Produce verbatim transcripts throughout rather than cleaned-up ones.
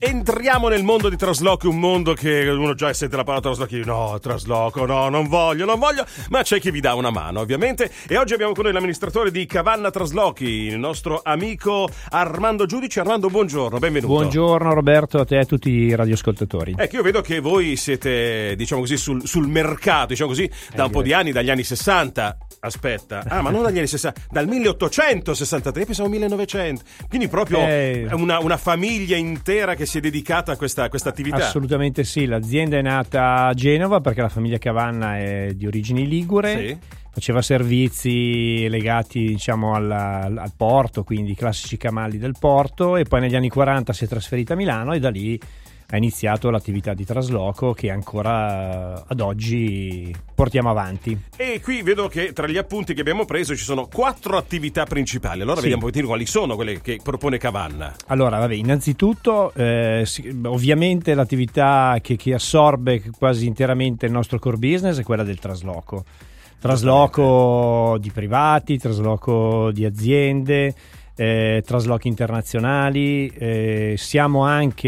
Entriamo nel mondo di traslochi, un mondo che uno già sente la parola traslochi, no, trasloco, no, non voglio, non voglio, ma c'è chi vi dà una mano, ovviamente. E oggi abbiamo con noi l'amministratore di Cavanna Traslochi, il nostro amico Armando Giudici. Armando, buongiorno, benvenuto. Buongiorno Roberto, a te e a tutti i radioascoltatori. Ecco, io vedo che voi siete, diciamo così, sul, sul mercato, diciamo così, da eh, un po' di anni, dagli anni sessanta. Aspetta, ah, ma non dagli anni sessanta, dal milleottocentosessantatré, pensavo millenovecento. Quindi proprio eh, una, una famiglia intera che si è dedicata a questa, a questa attività. Assolutamente sì, l'azienda è nata a Genova perché la famiglia Cavanna è di origini ligure. Sì. Faceva servizi legati, diciamo, alla, al porto, quindi i classici camalli del porto, e poi negli anni quaranta si è trasferita a Milano e da lì ha iniziato l'attività di trasloco che ancora ad oggi portiamo avanti. E qui vedo che tra gli appunti che abbiamo preso ci sono quattro attività principali. Allora sì, vediamo un pochettino quali sono quelle che propone Cavanna. Allora, vabbè, innanzitutto eh, ovviamente l'attività che, che assorbe quasi interamente il nostro core business è quella del trasloco. Trasloco di privati, trasloco di aziende, Eh, traslochi internazionali, eh, siamo anche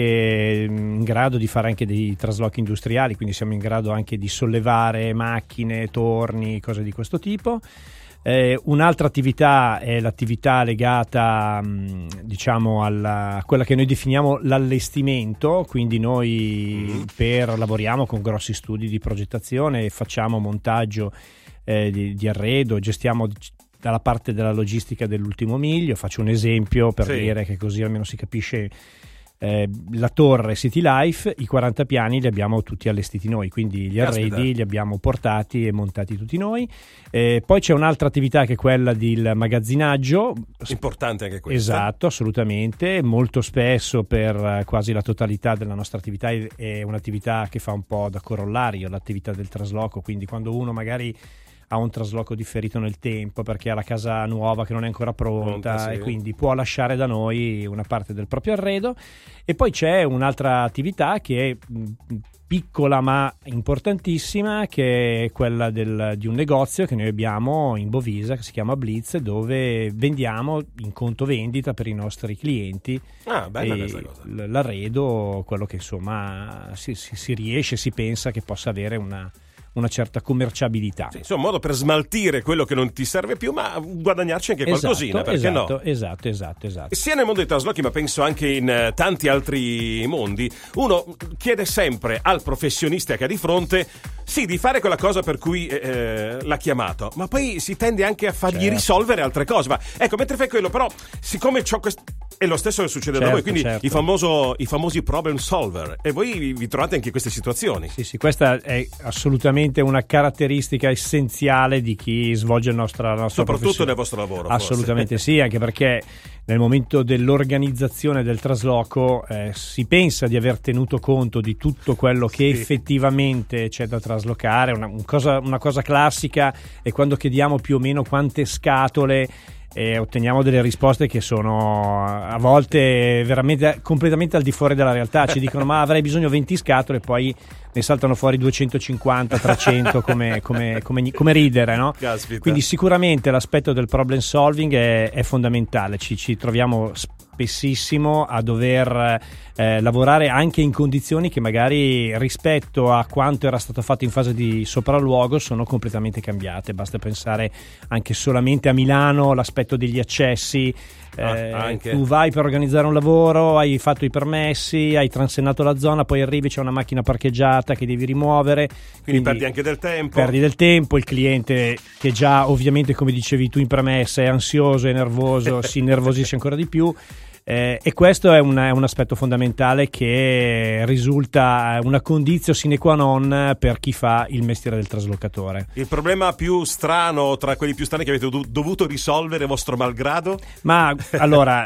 in grado di fare anche dei traslochi industriali, quindi siamo in grado anche di sollevare macchine, torni, cose di questo tipo. Eh, un'altra attività è l'attività legata mh, diciamo alla, a quella che noi definiamo l'allestimento, quindi noi mm-hmm. per lavoriamo con grossi studi di progettazione e facciamo montaggio eh, di, di arredo, gestiamo dalla parte della logistica dell'ultimo miglio. Faccio un esempio per sì. dire che così almeno si capisce. Eh, la torre City Life, i quaranta piani li abbiamo tutti allestiti noi, quindi gli arredi Aspetta. li abbiamo portati e montati tutti noi. Eh, poi c'è un'altra attività che è quella del magazzinaggio, importante anche questa. Esatto, assolutamente. Molto spesso, per quasi la totalità della nostra attività, è un'attività che fa un po' da corollario l'attività del trasloco, quindi quando uno magari ha un trasloco differito nel tempo perché ha la casa nuova che non è ancora pronta, pronta sì. e quindi può lasciare da noi una parte del proprio arredo. E poi c'è un'altra attività che è piccola ma importantissima, che è quella del, di un negozio che noi abbiamo in Bovisa che si chiama Blitz, dove vendiamo in conto vendita per i nostri clienti ah, bella questa cosa. L'arredo, quello che insomma si, si, si riesce, si pensa che possa avere una una certa commerciabilità. Sì, insomma, un modo per smaltire quello che non ti serve più, ma guadagnarci anche esatto, qualcosina, perché esatto, no? Esatto, esatto, esatto. Sia nel mondo dei traslochi, ma penso anche in uh, tanti altri mondi, uno chiede sempre al professionista che ha di fronte, sì, di fare quella cosa per cui eh, l'ha chiamato, ma poi si tende anche a fargli certo. risolvere altre cose. Ma ecco, mentre fai quello, però, siccome c'ho questo... è lo stesso che succede certo, da voi, quindi certo. i, famoso, i famosi problem solver, e voi vi trovate anche in queste situazioni. Sì, sì, questa è assolutamente una caratteristica essenziale di chi svolge il nostro, la nostra soprattutto nel vostro lavoro. Assolutamente forse. Sì, anche perché nel momento dell'organizzazione del trasloco eh, si pensa di aver tenuto conto di tutto quello che sì. effettivamente c'è da traslocare. Una, un cosa, una cosa classica è quando chiediamo più o meno quante scatole e otteniamo delle risposte che sono a volte veramente completamente al di fuori della realtà. Ci dicono ma avrei bisogno venti scatole, e poi ne saltano fuori duecentocinquanta, trecento come, come, come, come ridere, no? Caspita. Quindi sicuramente l'aspetto del problem solving è, è fondamentale. Ci, ci troviamo spessissimo a dover eh, lavorare anche in condizioni che magari rispetto a quanto era stato fatto in fase di sopralluogo sono completamente cambiate. Basta pensare anche solamente a Milano, l'aspetto degli accessi. Eh, ah, tu vai per organizzare un lavoro, hai fatto i permessi, hai transennato la zona, poi arrivi, c'è una macchina parcheggiata che devi rimuovere, quindi, quindi perdi anche del tempo perdi del tempo il cliente che già ovviamente, come dicevi tu in premessa, è ansioso, è nervoso, si innervosisce ancora di più. Eh, e questo è un, è un aspetto fondamentale che risulta una condizio sine qua non per chi fa il mestiere del traslocatore. Il problema più strano, tra quelli più strani che avete dov- dovuto risolvere vostro malgrado? Ma allora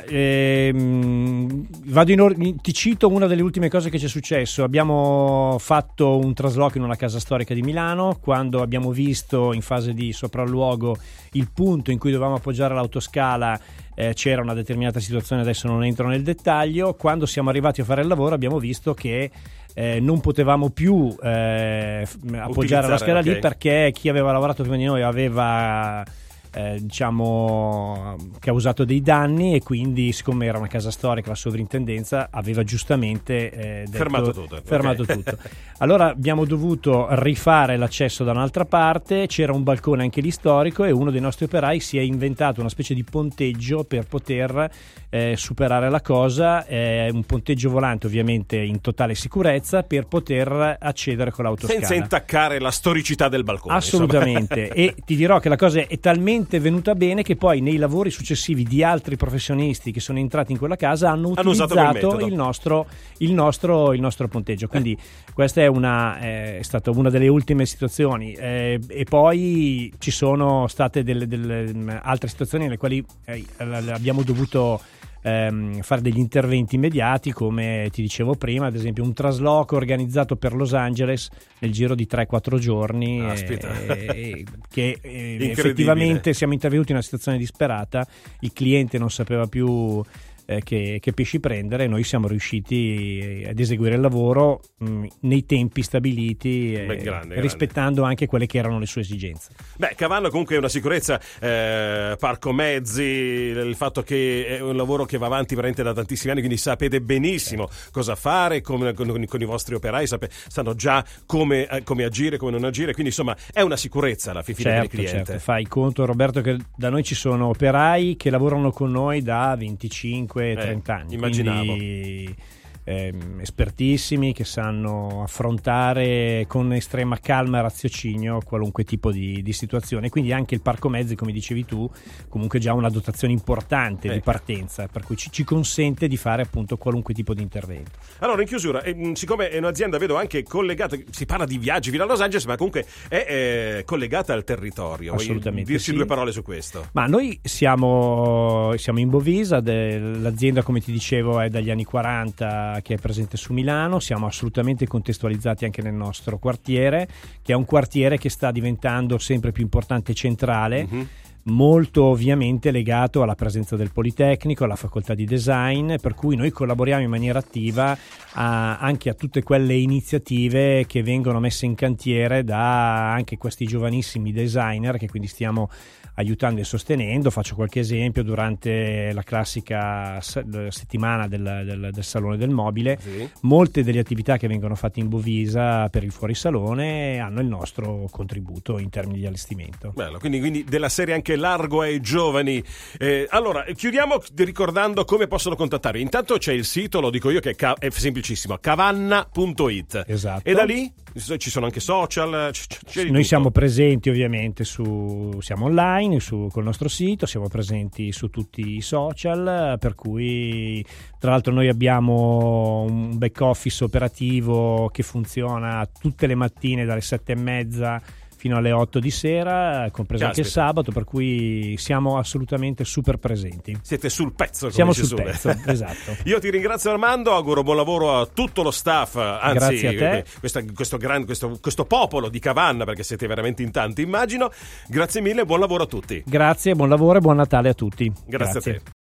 ehm, vado in or- ti cito una delle ultime cose che ci è successo. Abbiamo fatto un trasloco in una casa storica di Milano, quando abbiamo visto in fase di sopralluogo il punto in cui dovevamo appoggiare l'autoscala. Eh, c'era una determinata situazione, adesso non entro nel dettaglio. Quando siamo arrivati a fare il lavoro abbiamo visto che eh, non potevamo più eh, appoggiare la scala okay. lì, perché chi aveva lavorato prima di noi aveva eh, diciamo causato dei danni, e quindi siccome era una casa storica la sovrintendenza aveva giustamente eh, detto, fermato tutto, fermato okay. tutto. Allora abbiamo dovuto rifare l'accesso da un'altra parte, c'era un balcone anche lì storico e uno dei nostri operai si è inventato una specie di ponteggio per poter eh, superare la cosa, eh, un ponteggio volante ovviamente in totale sicurezza per poter accedere con l'autoscala senza intaccare la storicità del balcone. Assolutamente. E ti dirò che la cosa è talmente venuta bene che poi nei lavori successivi di altri professionisti che sono entrati in quella casa hanno, hanno utilizzato il nostro, il nostro il nostro ponteggio, quindi eh. questa è una è stata una delle ultime situazioni, eh, e poi ci sono state delle, delle altre situazioni nelle quali eh, abbiamo dovuto ehm, fare degli interventi immediati, come ti dicevo prima, ad esempio un trasloco organizzato per Los Angeles nel giro di tre quattro giorni, eh, eh, che eh, effettivamente siamo intervenuti in una situazione disperata, il cliente non sapeva più eh, che, che pesci prendere, e noi siamo riusciti ad eseguire il lavoro mh, nei tempi stabiliti, eh, Beh, grande, rispettando grande. anche quelle che erano le sue esigenze. Beh, Cavanna comunque è una sicurezza, eh, parco mezzi, il fatto che è un lavoro che va avanti veramente da tantissimi anni, quindi sapete benissimo certo. cosa fare con, con, con i vostri operai, sape, sanno già come, eh, come agire, come non agire, quindi insomma è una sicurezza alla fine certo, del cliente. Certo. Fai conto, Roberto, che da noi ci sono operai che lavorano con noi da venticinque trenta anni, immaginavo. Quindi ehm, espertissimi, che sanno affrontare con estrema calma e raziocinio qualunque tipo di, di situazione. Quindi anche il parco mezzi, come dicevi tu, comunque già una dotazione importante eh. di partenza, per cui ci, ci consente di fare appunto qualunque tipo di intervento. Allora, in chiusura, eh, siccome è un'azienda, vedo anche collegata, si parla di viaggi fino a Los Angeles, ma comunque è eh, collegata al territorio. Assolutamente. Vuoi dirci sì. due parole su questo? Ma noi siamo, siamo in Bovisa, de, l'azienda, come ti dicevo, è dagli anni quaranta che è presente su Milano, siamo assolutamente contestualizzati anche nel nostro quartiere, che è un quartiere che sta diventando sempre più importante e centrale, mm-hmm. molto ovviamente legato alla presenza del Politecnico, alla facoltà di design, per cui noi collaboriamo in maniera attiva a, anche a tutte quelle iniziative che vengono messe in cantiere da anche questi giovanissimi designer che quindi stiamo aiutando e sostenendo. Faccio qualche esempio: durante la classica settimana del, del, del Salone del Mobile, sì. molte delle attività che vengono fatte in Bovisa per il fuorisalone hanno il nostro contributo in termini di allestimento. Bello, quindi, quindi della serie anche largo ai giovani. Eh, allora, chiudiamo ricordando come possono contattare. Intanto c'è il sito, lo dico io, che è, ca- è semplicissimo, cavanna punto it. Esatto. E da lì ci sono anche social. C- c- Noi tutto. Siamo presenti ovviamente su, siamo online su, col nostro sito, siamo presenti su tutti i social, per cui tra l'altro noi abbiamo un back office operativo che funziona tutte le mattine dalle sette e mezza fino alle otto di sera, compreso Caspita. anche il sabato, per cui siamo assolutamente super presenti. Siete sul pezzo, come siamo sul sulle. pezzo, esatto. Io ti ringrazio, Armando, auguro buon lavoro a tutto lo staff, anzi Grazie a te. Questa, questo, gran, questo, questo popolo di Cavanna, perché siete veramente in tanti, immagino. Grazie mille, buon lavoro a tutti. Grazie, buon lavoro e buon Natale a tutti. Grazie, Grazie. a te.